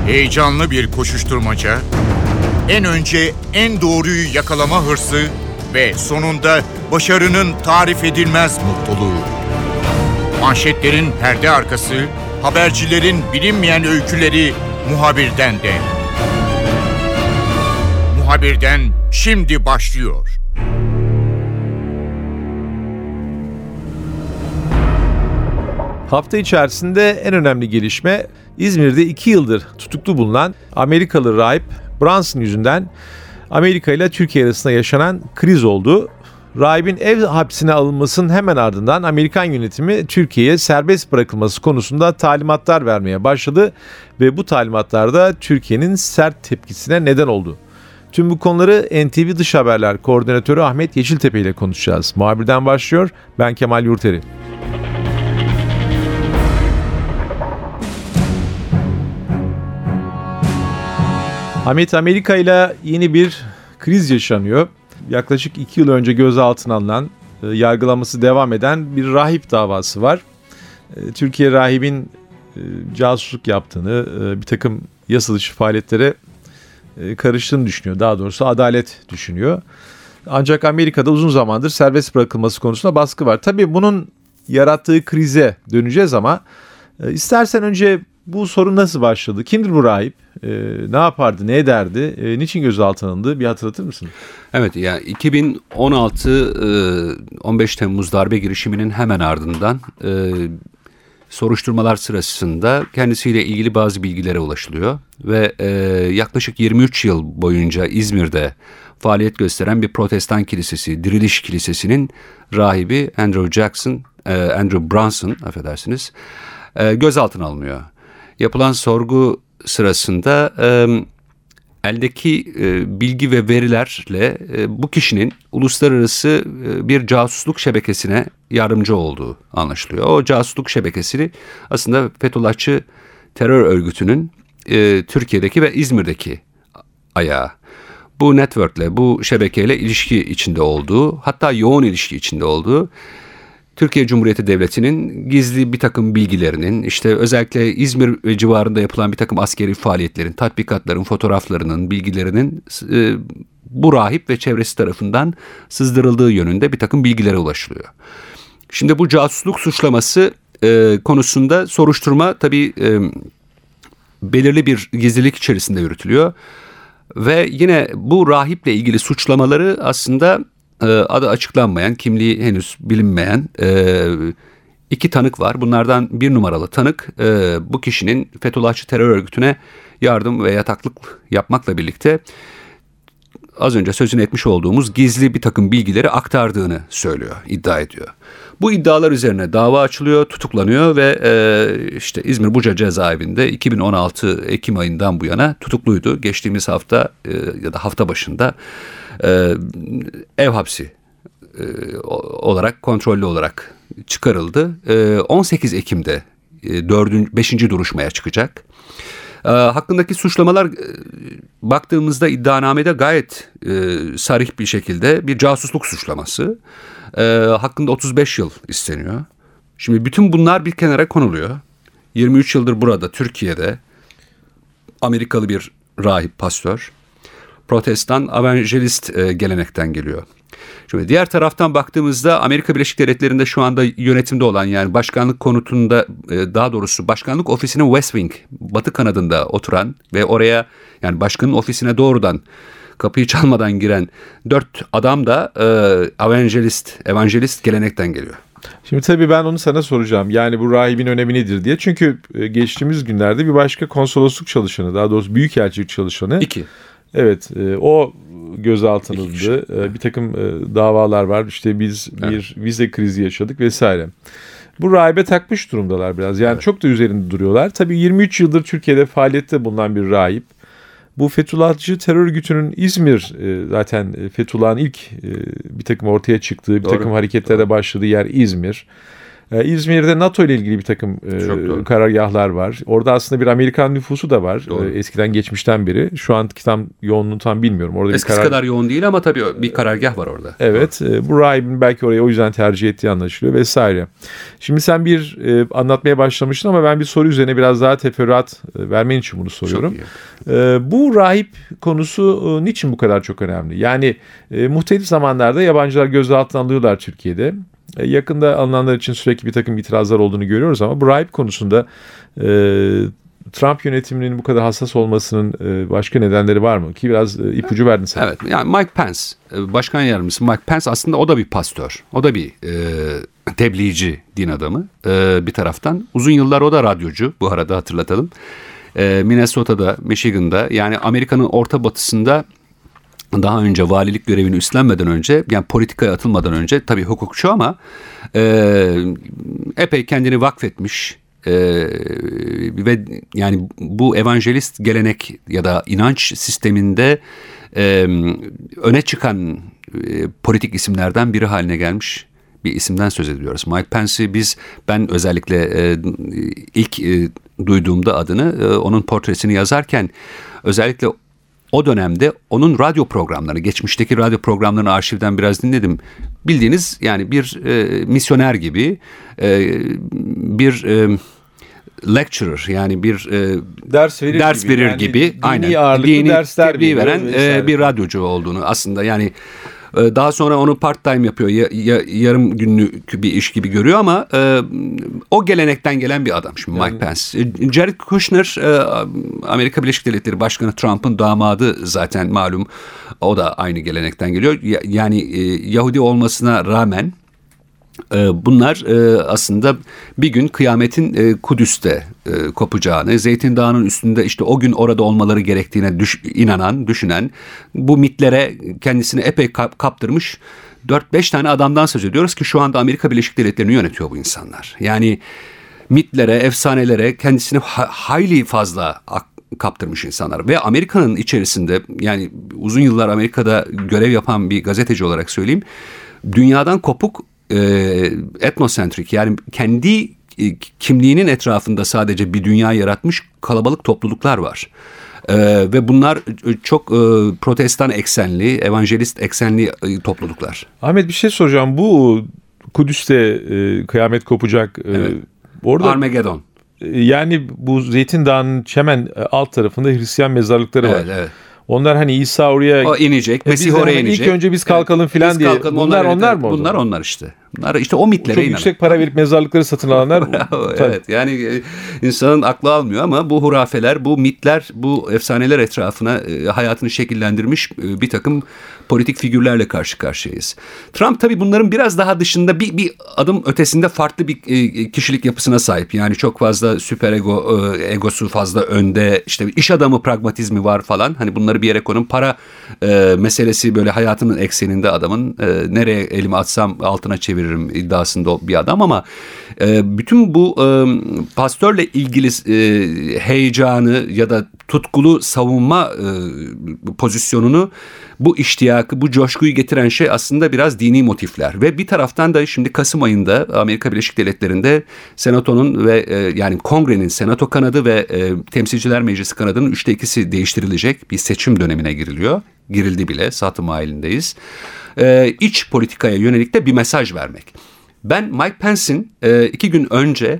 Heyecanlı bir koşuşturmaca, en önce en doğruyu yakalama hırsı ve sonunda başarının tarif edilmez mutluluğu. Manşetlerin perde arkası, habercilerin bilinmeyen öyküleri Muhabir'den de. Muhabir'den şimdi başlıyor. Hafta içerisinde en önemli gelişme İzmir'de 2 yıldır tutuklu bulunan Amerikalı rahip Brunson yüzünden Amerika ile Türkiye arasında yaşanan kriz oldu. Rahibin ev hapsine alınmasının hemen ardından Amerikan yönetimi Türkiye'ye serbest bırakılması konusunda talimatlar vermeye başladı ve bu talimatlar da Türkiye'nin sert tepkisine neden oldu. Tüm bu konuları NTV Dış Haberler Koordinatörü Ahmet Yeşiltepe ile konuşacağız. Muhabirden başlıyor. Ben Kemal Yurteri. Ahmet, Amerika ile yeni bir kriz yaşanıyor. Yaklaşık 2 yıl önce gözaltına alınan, yargılaması devam eden bir rahip davası var. Türkiye rahibin casusluk yaptığını, bir takım yasa dışı faaliyetlere karıştığını düşünüyor. Daha doğrusu adalet düşünüyor. Ancak Amerika'da uzun zamandır serbest bırakılması konusunda baskı var. Tabii bunun yarattığı krize döneceğiz ama istersen önce bu sorun nasıl başladı? Kimdir bu rahip? Ne yapardı? Ne ederdi? Niçin gözaltına alındı? Bir hatırlatır mısın? Evet, yani 2016 15 Temmuz darbe girişiminin hemen ardından soruşturmalar sırasında kendisiyle ilgili bazı bilgilere ulaşılıyor ve yaklaşık 23 yıl boyunca İzmir'de faaliyet gösteren bir Protestan kilisesi, Diriliş Kilisesi'nin rahibi Andrew Brunson, gözaltına alınıyor. Yapılan sorgu sırasında eldeki bilgi ve verilerle bu kişinin uluslararası bir casusluk şebekesine yardımcı olduğu anlaşılıyor. O casusluk şebekesini aslında Fethullahçı terör örgütünün Türkiye'deki ve İzmir'deki ayağı. Bu network'le, bu şebekeyle ilişki içinde olduğu, hatta yoğun ilişki içinde olduğu, Türkiye Cumhuriyeti Devleti'nin gizli bir takım bilgilerinin, işte özellikle İzmir ve civarında yapılan bir takım askeri faaliyetlerin, tatbikatların, fotoğraflarının, bilgilerinin bu rahip ve çevresi tarafından sızdırıldığı yönünde bir takım bilgilere ulaşılıyor. Şimdi bu casusluk suçlaması konusunda soruşturma tabii belirli bir gizlilik içerisinde yürütülüyor. Ve yine bu rahiple ilgili suçlamaları aslında adı açıklanmayan, kimliği henüz bilinmeyen 2 tanık var. Bunlardan 1 numaralı tanık bu kişinin Fethullahçı terör örgütüne yardım ve yataklık yapmakla birlikte az önce sözünü etmiş olduğumuz gizli bir takım bilgileri aktardığını söylüyor, iddia ediyor. Bu iddialar üzerine dava açılıyor, tutuklanıyor ve işte İzmir Buca cezaevinde 2016 Ekim ayından bu yana tutukluydu. Geçtiğimiz hafta ya da hafta başında ev hapsi olarak, kontrollü olarak çıkarıldı. 18 Ekim'de 5. duruşmaya çıkacak. Hakkındaki suçlamalar baktığımızda iddianamede gayet sarih bir şekilde bir casusluk suçlaması. Hakkında 35 yıl isteniyor. Şimdi bütün bunlar bir kenara konuluyor. 23 yıldır burada Türkiye'de Amerikalı bir rahip, pastör, Protestan, evangelist gelenekten geliyor. Şimdi diğer taraftan baktığımızda Amerika Birleşik Devletleri'nde şu anda yönetimde olan, yani başkanlık konutunda, daha doğrusu başkanlık ofisinin West Wing, batı kanadında oturan ve oraya, yani başkanın ofisine doğrudan kapıyı çalmadan giren 4 adam da evangelist gelenekten geliyor. Şimdi tabii ben onu sana soracağım. Yani bu rahibin önemi nedir diye. Çünkü geçtiğimiz günlerde bir başka konsolosluk çalışanı, daha doğrusu büyükelçilik çalışanı. 2. Evet, o gözaltına alındı. Bir takım davalar var. İşte biz bir vize krizi yaşadık vesaire. Bu rahibe takmış durumdalar biraz. Yani çok da üzerinde duruyorlar. Tabii 23 yıldır Türkiye'de faaliyette bulunan bir rahip. Bu Fethullahçı terör örgütünün İzmir, zaten Fethullah'ın ilk bir takım ortaya çıktığı, bir takım hareketlere başladığı yer İzmir. İzmir'de NATO ile ilgili bir takım karargahlar var. Orada aslında bir Amerikan nüfusu da var. Eskiden geçmişten beri. Şu anki tam yoğunluğunu tam bilmiyorum. Orada eskisi kadar yoğun değil ama tabii bir karargah var orada. Evet. Bu rahibin belki orayı o yüzden tercih ettiği anlaşılıyor vesaire. Şimdi sen bir anlatmaya başlamıştın ama ben bir soru üzerine biraz daha teferruat vermen için bunu soruyorum. Bu rahip konusu niçin bu kadar çok önemli? Yani muhtelif zamanlarda yabancılar gözaltına alıyorlar Türkiye'de. Yakında alınanlar için sürekli bir takım itirazlar olduğunu görüyoruz ama bu rahip konusunda Trump yönetiminin bu kadar hassas olmasının başka nedenleri var mı? Ki biraz ipucu verdin sen. Evet, yani Mike Pence, başkan yardımcısı Mike Pence aslında o da bir pastör. O da bir tebliğci din adamı bir taraftan. Uzun yıllar o da radyocu, bu arada hatırlatalım. Minnesota'da, Michigan'da, yani Amerika'nın orta batısında daha önce valilik görevini üstlenmeden önce, yani politikaya atılmadan önce, tabii hukukçu ama epey kendini vakfetmiş ve yani bu evangelist gelenek ya da inanç sisteminde öne çıkan politik isimlerden biri haline gelmiş bir isimden söz ediyoruz. Mike Pence'i ben özellikle ilk duyduğumda adını, onun portresini yazarken özellikle o dönemde onun radyo programlarını, geçmişteki radyo programlarını arşivden biraz dinledim. Bildiğiniz yani bir misyoner gibi, bir lecturer, yani bir ders verir yani gibi, aynen dini dersler veren bir radyocu olduğunu aslında, yani daha sonra onu part time yapıyor, yarım günlük bir iş gibi görüyor ama o gelenekten gelen bir adam şimdi Mike Pence. Jared Kushner, Amerika Birleşik Devletleri Başkanı Trump'ın damadı, zaten malum o da aynı gelenekten geliyor. Yani Yahudi olmasına rağmen bunlar aslında bir gün kıyametin Kudüs'te kopacağını, Zeytin Dağı'nın üstünde işte o gün orada olmaları gerektiğine düşünen, bu mitlere kendisini epey kaptırmış 4-5 tane adamdan söz ediyoruz ki şu anda Amerika Birleşik Devletleri'ni yönetiyor bu insanlar. Yani mitlere, efsanelere kendisini hayli fazla kaptırmış insanlar ve Amerika'nın içerisinde, yani uzun yıllar Amerika'da görev yapan bir gazeteci olarak söyleyeyim, dünyadan kopuk, etnosentrik, yani kendi kimliğinin etrafında sadece bir dünya yaratmış kalabalık topluluklar var. Ve bunlar çok protestan eksenli, evangelist eksenli topluluklar. Ahmet, bir şey soracağım. Bu Kudüs'te kıyamet kopacak. Evet. Orada Armageddon. Yani bu Zeytin Dağı'nın hemen alt tarafında Hristiyan mezarlıkları var. Evet. Onlar hani İsa oraya o inecek, Mesih oraya inecek. İlk önce biz kalkalım filan diye. Bunlar mı? Bunlar işte. Bunlar işte o mitlere çok yüksek para verip mezarlıkları satın alanlar. Evet, yani insanın aklı almıyor ama bu hurafeler, bu mitler, bu efsaneler etrafına hayatını şekillendirmiş bir takım politik figürlerle karşı karşıyayız. Trump tabii bunların biraz daha dışında, bir adım ötesinde farklı bir kişilik yapısına sahip. Yani çok fazla süper egosu fazla önde, işte iş adamı pragmatizmi var falan. Hani bunları bir yere konun, para meselesi böyle hayatının ekseninde adamın, nereye elimi atsam altına çeviririm iddiasında bir adam ama bütün bu pastörle ilgili heyecanı ya da tutkulu savunma pozisyonunu, bu iştiyakı, bu coşkuyu getiren şey aslında biraz dini motifler. Ve bir taraftan da şimdi Kasım ayında Amerika Birleşik Devletleri'nde Senato'nun ve yani Kongre'nin Senato kanadı ve Temsilciler Meclisi kanadının 3'te 2'si değiştirilecek bir seçim dönemine giriliyor. Girildi bile, satım halindeyiz. İç politikaya yönelik de bir mesaj vermek. Ben Mike Pence'in 2 gün önce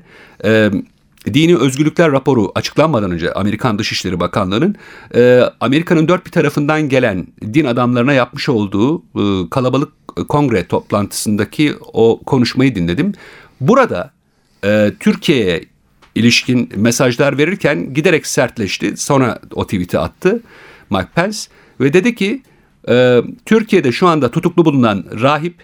dini özgürlükler raporu açıklanmadan önce Amerikan Dışişleri Bakanlığı'nın Amerika'nın dört bir tarafından gelen din adamlarına yapmış olduğu kalabalık kongre toplantısındaki o konuşmayı dinledim. Burada Türkiye'ye ilişkin mesajlar verirken giderek sertleşti. Sonra o tweet'i attı Mike Pence ve dedi ki Türkiye'de şu anda tutuklu bulunan rahip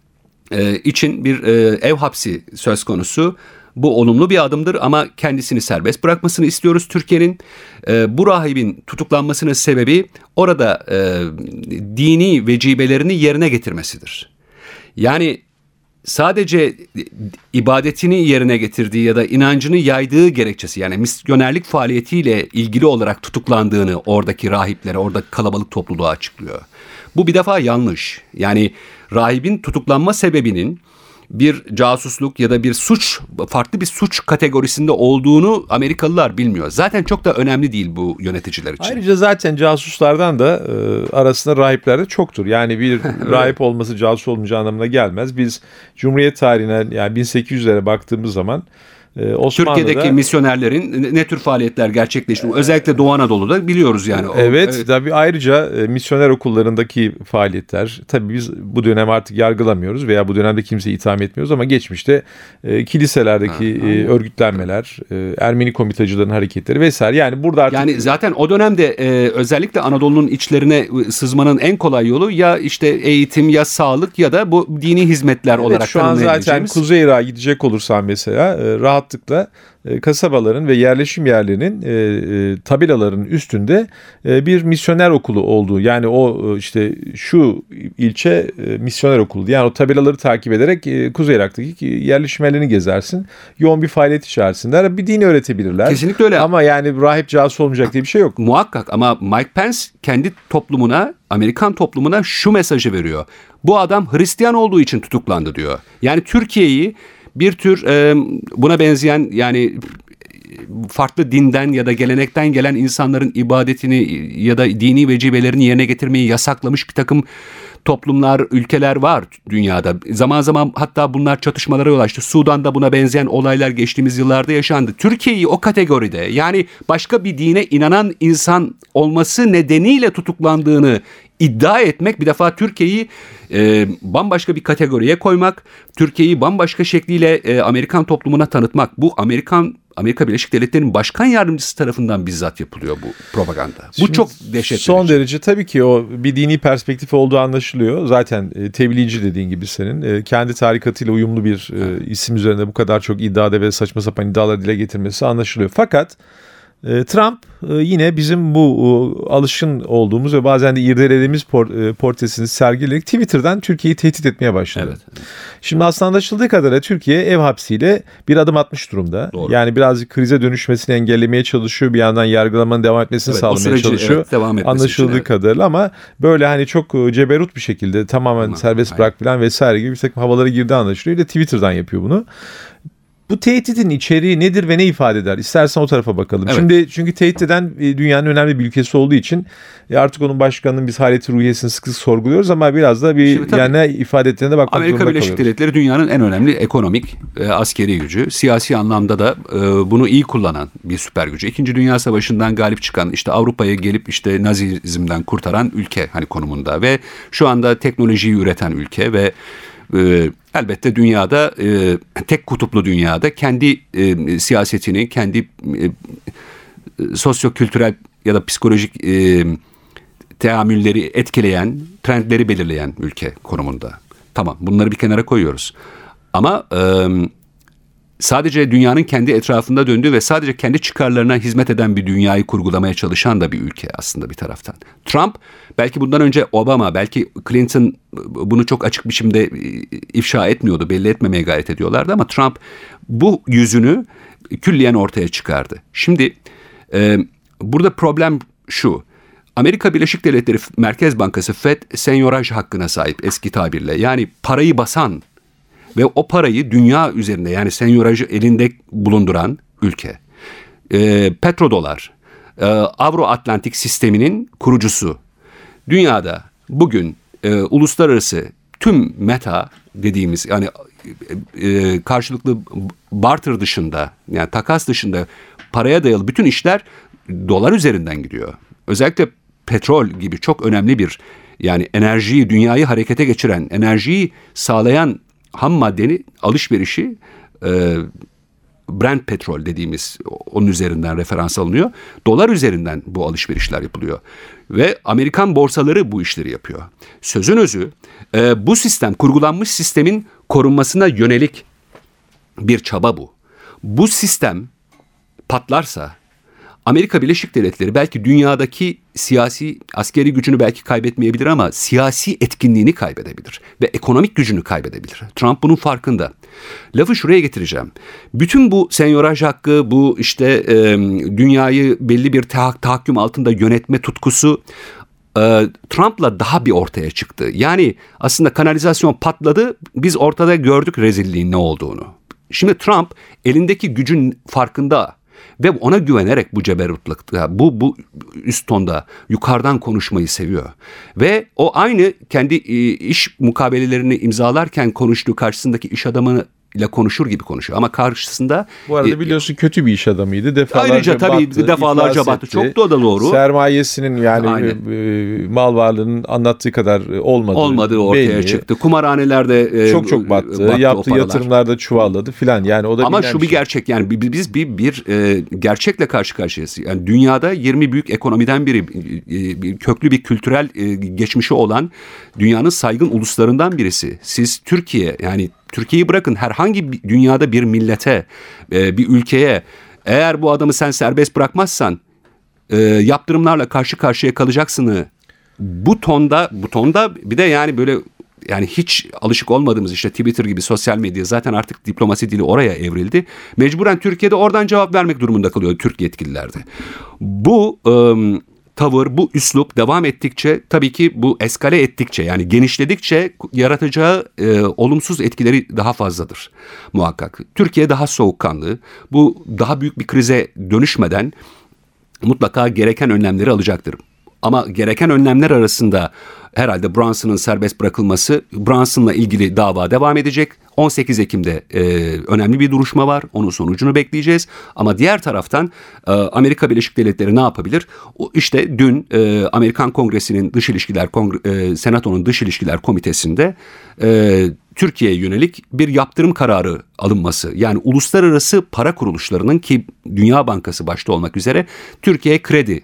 için bir ev hapsi söz konusu. Bu olumlu bir adımdır ama kendisini serbest bırakmasını istiyoruz Türkiye'nin. Bu rahibin tutuklanmasının sebebi orada dini vecibelerini yerine getirmesidir. Yani sadece ibadetini yerine getirdiği ya da inancını yaydığı gerekçesi, yani misyonerlik faaliyetiyle ilgili olarak tutuklandığını oradaki rahiplere, oradaki kalabalık topluluğa açıklıyor. Bu bir defa yanlış. Yani rahibin tutuklanma sebebinin bir casusluk ya da bir suç, farklı bir suç kategorisinde olduğunu Amerikalılar bilmiyor. Zaten çok da önemli değil bu yöneticiler için. Ayrıca zaten casuslardan da arasında rahipler de çoktur. Yani bir rahip olması casus olmayacağı anlamına gelmez. Biz Cumhuriyet tarihine yani 1800'lere baktığımız zaman Osmanlı'da... Türkiye'deki misyonerlerin ne tür faaliyetler gerçekleştiğini özellikle Doğu Anadolu'da biliyoruz yani. Evet, tabii ayrıca misyoner okullarındaki faaliyetler, tabii biz bu dönem artık yargılamıyoruz veya bu dönemde kimseyi itham etmiyoruz ama geçmişte kiliselerdeki örgütlenmeler, Ermeni komitacıların hareketleri vesaire, yani burada artık... Yani zaten o dönemde özellikle Anadolu'nun içlerine sızmanın en kolay yolu ya işte eğitim, ya sağlık ya da bu dini hizmetler olarak şu an zaten Kuzey Irak'a gidecek olursan mesela rahatlıkla kasabaların ve yerleşim yerlerinin tabelaların üstünde bir misyoner okulu olduğu, yani o işte şu ilçe misyoner okulu, yani o tabelaları takip ederek Kuzey Irak'taki yerleşim yerlerini gezersin. Yoğun bir faaliyet içerisindeler. Bir dini öğretebilirler. Kesinlikle öyle. Ama yani rahip casus olmayacak diye bir şey yok. Muhakkak, ama Mike Pence kendi toplumuna, Amerikan toplumuna şu mesajı veriyor. Bu adam Hristiyan olduğu için tutuklandı diyor. Yani Türkiye'yi bir tür buna benzeyen, yani farklı dinden ya da gelenekten gelen insanların ibadetini ya da dini vecibelerini yerine getirmeyi yasaklamış bir takım toplumlar, ülkeler var dünyada. Zaman zaman hatta bunlar çatışmalara yol açtı. Sudan'da buna benzeyen olaylar geçtiğimiz yıllarda yaşandı. Türkiye'yi o kategoride, yani başka bir dine inanan insan olması nedeniyle tutuklandığını iddia etmek, bir defa Türkiye'yi bambaşka bir kategoriye koymak, Türkiye'yi bambaşka şekliyle Amerikan toplumuna tanıtmak. Bu Amerika Birleşik Devletleri'nin başkan yardımcısı tarafından bizzat yapılıyor bu propaganda. Bu Şimdi çok dehşet verici. Son derece tabii ki o bir dini perspektif olduğu anlaşılıyor. Zaten tebliğci dediğin gibi senin kendi tarikatıyla uyumlu bir isim üzerinde bu kadar çok iddiada ve saçma sapan iddiaları dile getirmesi anlaşılıyor. Fakat Trump yine bizim bu alışkın olduğumuz ve bazen de irdelediğimiz portresini sergileyerek Twitter'dan Türkiye'yi tehdit etmeye başladı. Evet. Şimdi aslında anlaşıldığı kadarıyla Türkiye ev hapsiyle bir adım atmış durumda. Doğru. Yani birazcık krize dönüşmesini engellemeye çalışıyor. Bir yandan yargılamanın devam etmesini sağlamaya çalışıyor. Anlaşıldığı kadarıyla, ama böyle hani çok ceberut bir şekilde tamamen serbest bırak falan vesaire gibi bir takım havalara girdiği anlaşılıyor. Bir de Twitter'dan yapıyor bunu. Bu tehditin içeriği nedir ve ne ifade eder? İstersen o tarafa bakalım. Evet. Şimdi çünkü tehdit eden dünyanın önemli bir ülkesi olduğu için artık onun başkanının biz haleti ruhiyesini sık sık sorguluyoruz ama biraz da yani ne ifade ettiğine de bakmak zorunda kalıyoruz. Amerika Birleşik Devletleri dünyanın en önemli ekonomik, askeri gücü. Siyasi anlamda da bunu iyi kullanan bir süper gücü. İkinci Dünya Savaşı'ndan galip çıkan, işte Avrupa'ya gelip işte Nazizm'den kurtaran ülke hani konumunda ve şu anda teknolojiyi üreten ülke ve elbette dünyada tek kutuplu dünyada kendi siyasetini, kendi sosyo-kültürel ya da psikolojik teamülleri etkileyen, trendleri belirleyen ülke konumunda. Tamam, bunları bir kenara koyuyoruz. Ama sadece dünyanın kendi etrafında döndüğü ve sadece kendi çıkarlarına hizmet eden bir dünyayı kurgulamaya çalışan da bir ülke aslında bir taraftan. Trump, belki bundan önce Obama, belki Clinton bunu çok açık biçimde ifşa etmiyordu, belli etmemeye gayret ediyorlardı ama Trump bu yüzünü külliyen ortaya çıkardı. Şimdi burada problem şu: Amerika Birleşik Devletleri Merkez Bankası Fed senyoraj hakkına sahip eski tabirle, yani parayı basan ve o parayı dünya üzerinde, yani senyorajı elinde bulunduran ülke. Petrodolar, Avro-Atlantik sisteminin kurucusu. Dünyada bugün uluslararası tüm meta dediğimiz, yani karşılıklı barter dışında, yani takas dışında paraya dayalı bütün işler dolar üzerinden gidiyor. Özellikle petrol gibi çok önemli bir, yani enerjiyi, dünyayı harekete geçiren, enerjiyi sağlayan ham maddenin alışverişi Brent petrol dediğimiz, onun üzerinden referans alınıyor. Dolar üzerinden bu alışverişler yapılıyor. Ve Amerikan borsaları bu işleri yapıyor. Sözün özü, bu sistem, kurgulanmış sistemin korunmasına yönelik bir çaba bu. Bu sistem patlarsa Amerika Birleşik Devletleri belki dünyadaki siyasi, askeri gücünü belki kaybetmeyebilir ama siyasi etkinliğini kaybedebilir ve ekonomik gücünü kaybedebilir. Trump bunun farkında. Lafı şuraya getireceğim. Bütün bu senyoraj hakkı, bu işte dünyayı belli bir tahakküm altında yönetme tutkusu Trump'la daha bir ortaya çıktı. Yani aslında kanalizasyon patladı, biz ortada gördük rezilliğin ne olduğunu. Şimdi Trump elindeki gücün farkında ve ona güvenerek bu ceberrutlukta, bu üst tonda yukarıdan konuşmayı seviyor. Ve o aynı kendi iş mukabelelerini imzalarken konuştuğu karşısındaki iş adamını ile konuşur gibi konuşuyor ama karşısında... Bu arada biliyorsun kötü bir iş adamıydı. Defalarca battı. Çok da doğru. Sermayesinin yani mal varlığının anlattığı kadar olmadığı ortaya çıktı. Kumarhanelerde çok battı. Yaptığı yatırımlarda çuvalladı filan. Yani o da ama şu bir gerçek, yani biz bir gerçekle karşı karşıyayız. Yani dünyada 20 büyük ekonomiden biri, köklü bir kültürel geçmişi olan dünyanın saygın uluslarından birisi. Siz Türkiye, yani Türkiye'yi bırakın, herhangi bir dünyada bir millete, bir ülkeye eğer bu adamı sen serbest bırakmazsan yaptırımlarla karşı karşıya kalacaksın. Bu tonda bir de yani böyle, yani hiç alışık olmadığımız işte Twitter gibi sosyal medya, zaten artık diplomasi dili oraya evrildi. Mecburen Türkiye'de oradan cevap vermek durumunda kalıyor Türk yetkililer de. Bu tavır, bu üslup devam ettikçe, tabii ki bu eskale ettikçe, yani genişledikçe yaratacağı olumsuz etkileri daha fazladır muhakkak. Türkiye daha soğukkanlı, bu daha büyük bir krize dönüşmeden mutlaka gereken önlemleri alacaktır. Ama gereken önlemler arasında herhalde Brunson'ın serbest bırakılması, Brunson'la ilgili dava devam edecek. 18 Ekim'de önemli bir duruşma var. Onun sonucunu bekleyeceğiz. Ama diğer taraftan Amerika Birleşik Devletleri ne yapabilir? İşte dün Amerikan Kongresi'nin Dış İlişkiler, Senato'nun Dış İlişkiler Komitesi'nde Türkiye'ye yönelik bir yaptırım kararı alınması. Yani uluslararası para kuruluşlarının, ki Dünya Bankası başta olmak üzere, Türkiye'ye kredi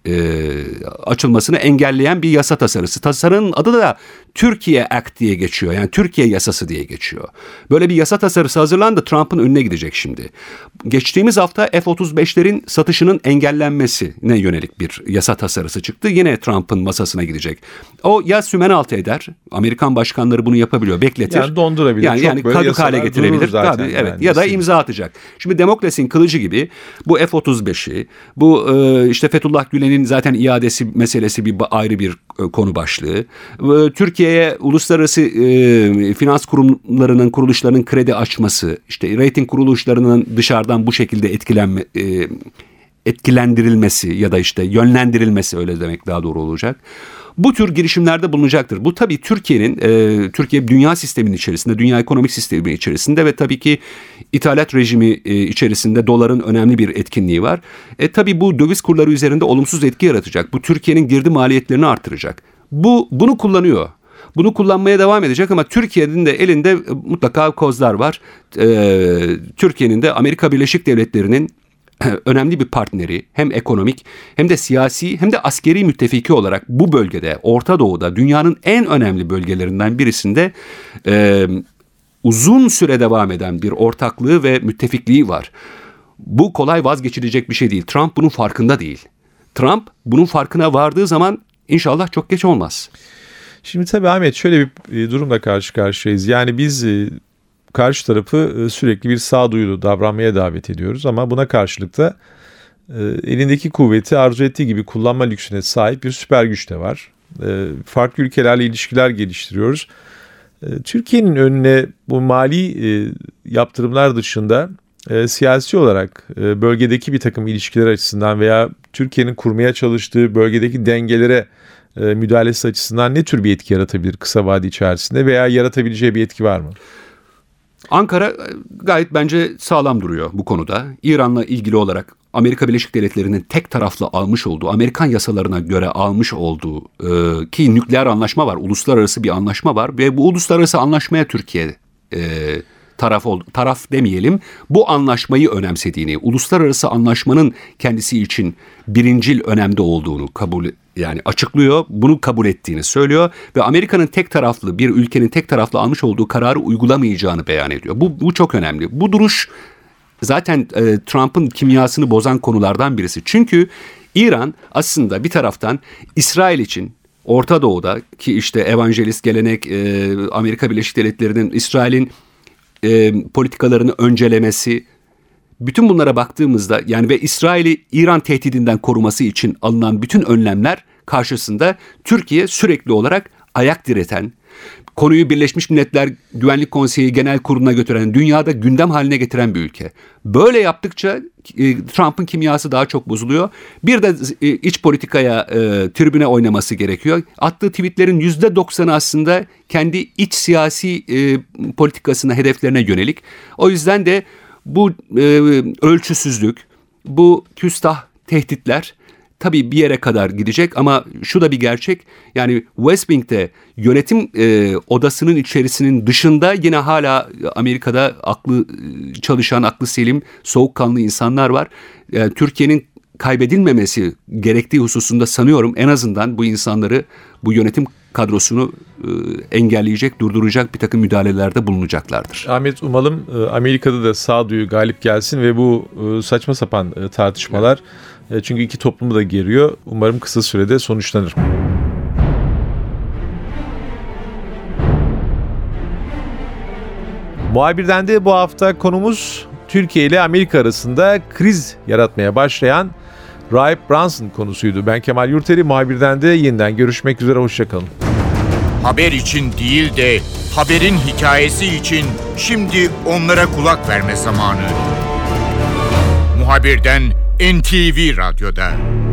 açılmasını engelleyen bir yasa tasarısı. Tasarının adı da Türkiye Act diye geçiyor. Yani Türkiye yasası diye geçiyor. Böyle bir yasa tasarısı hazırlandı. Trump'ın önüne gidecek şimdi. Geçtiğimiz hafta F-35'lerin satışının engellenmesine yönelik bir yasa tasarısı çıktı. Yine Trump'ın masasına gidecek. O ya sümen altı eder. Amerikan başkanları bunu yapabiliyor. Bekletir. Yani dondurabilir. Yani kadük hale getirebilir. Tabii, evet. Yani. Ya da imza atacak. Şimdi Demokrasinin kılıcı gibi bu F-35'i, bu işte Fethullah Gülen'in zaten iadesi meselesi ayrı bir konu başlığı. Türkiye'ye uluslararası finans kurumlarının, kuruluşlarının kredi açması, işte rating kuruluşlarının dışarıdan bu şekilde etkilendirilmesi ya da işte yönlendirilmesi, öyle demek daha doğru olacak. Bu tür girişimlerde bulunacaktır. Bu tabii Türkiye dünya sisteminin içerisinde, dünya ekonomik sistemi içerisinde ve tabii ki ithalat rejimi içerisinde doların önemli bir etkinliği var. Tabii bu döviz kurları üzerinde olumsuz etki yaratacak. Bu Türkiye'nin girdi maliyetlerini artıracak. Bunu kullanıyor. Bunu kullanmaya devam edecek ama Türkiye'nin de elinde mutlaka kozlar var. Türkiye'nin de Amerika Birleşik Devletleri'nin önemli bir partneri, hem ekonomik hem de siyasi hem de askeri müttefiki olarak bu bölgede, Orta Doğu'da, dünyanın en önemli bölgelerinden birisinde uzun süre devam eden bir ortaklığı ve müttefikliği var. Bu kolay vazgeçilecek bir şey değil. Trump bunun farkında değil. Trump bunun farkına vardığı zaman inşallah çok geç olmaz. Şimdi tabii Ahmet, şöyle bir durumla karşı karşıyayız. Yani biz karşı tarafı sürekli bir sağduyulu davranmaya davet ediyoruz ama buna karşılık da elindeki kuvveti arzu ettiği gibi kullanma lüksüne sahip bir süper güç de var. Farklı ülkelerle ilişkiler geliştiriyoruz. Türkiye'nin önüne bu mali yaptırımlar dışında siyasi olarak bölgedeki bir takım ilişkiler açısından veya Türkiye'nin kurmaya çalıştığı bölgedeki dengelere müdahalesi açısından ne tür bir etki yaratabilir kısa vade içerisinde veya yaratabileceği bir etki var mı? Ankara gayet bence sağlam duruyor bu konuda. İran'la ilgili olarak Amerika Birleşik Devletleri'nin tek taraflı almış olduğu, Amerikan yasalarına göre almış olduğu ki nükleer anlaşma var, uluslararası bir anlaşma var ve bu uluslararası anlaşmaya Türkiye taraf demeyelim, bu anlaşmayı önemsediğini, uluslararası anlaşmanın kendisi için birincil önemde olduğunu açıklıyor, bunu kabul ettiğini söylüyor ve Amerika'nın bir ülkenin tek taraflı almış olduğu kararı uygulamayacağını beyan ediyor. Bu çok önemli. Bu duruş zaten Trump'ın kimyasını bozan konulardan birisi. Çünkü İran aslında bir taraftan İsrail için Orta Doğu'da, ki işte evangelist gelenek, Amerika Birleşik Devletleri'nin İsrail'in politikalarını öncelemesi, bütün bunlara baktığımızda yani ve İsrail'i İran tehdidinden koruması için alınan bütün önlemler karşısında Türkiye sürekli olarak ayak direten, konuyu Birleşmiş Milletler Güvenlik Konseyi Genel Kurulu'na götüren, dünyada gündem haline getiren bir ülke. Böyle yaptıkça Trump'ın kimyası daha çok bozuluyor. Bir de iç politikaya tribüne oynaması gerekiyor. Attığı tweetlerin %90'ı aslında kendi iç siyasi politikasına, hedeflerine yönelik. O yüzden de bu ölçüsüzlük, bu küstah tehditler tabii bir yere kadar gidecek ama şu da bir gerçek. Yani West Wing'de yönetim odasının içerisinin dışında yine hala Amerika'da aklı çalışan, aklı selim, soğukkanlı insanlar var. Yani Türkiye'nin kaybedilmemesi gerektiği hususunda sanıyorum en azından bu insanları, bu yönetim kadrosunu engelleyecek, durduracak bir takım müdahalelerde bulunacaklardır. Ahmet, umalım Amerika'da da sağduyu galip gelsin ve bu saçma sapan tartışmalar, çünkü iki toplumu da geriyor, umarım kısa sürede sonuçlanır. Muhabirden de bu hafta konumuz Türkiye ile Amerika arasında kriz yaratmaya başlayan Rahip Brunson konusuydu. Ben Kemal Yurteri, Muhabirden de yeniden görüşmek üzere, hoşçakalın. Haber için değil de haberin hikayesi için şimdi onlara kulak verme zamanı. Muhabirden NTV Radyo'da.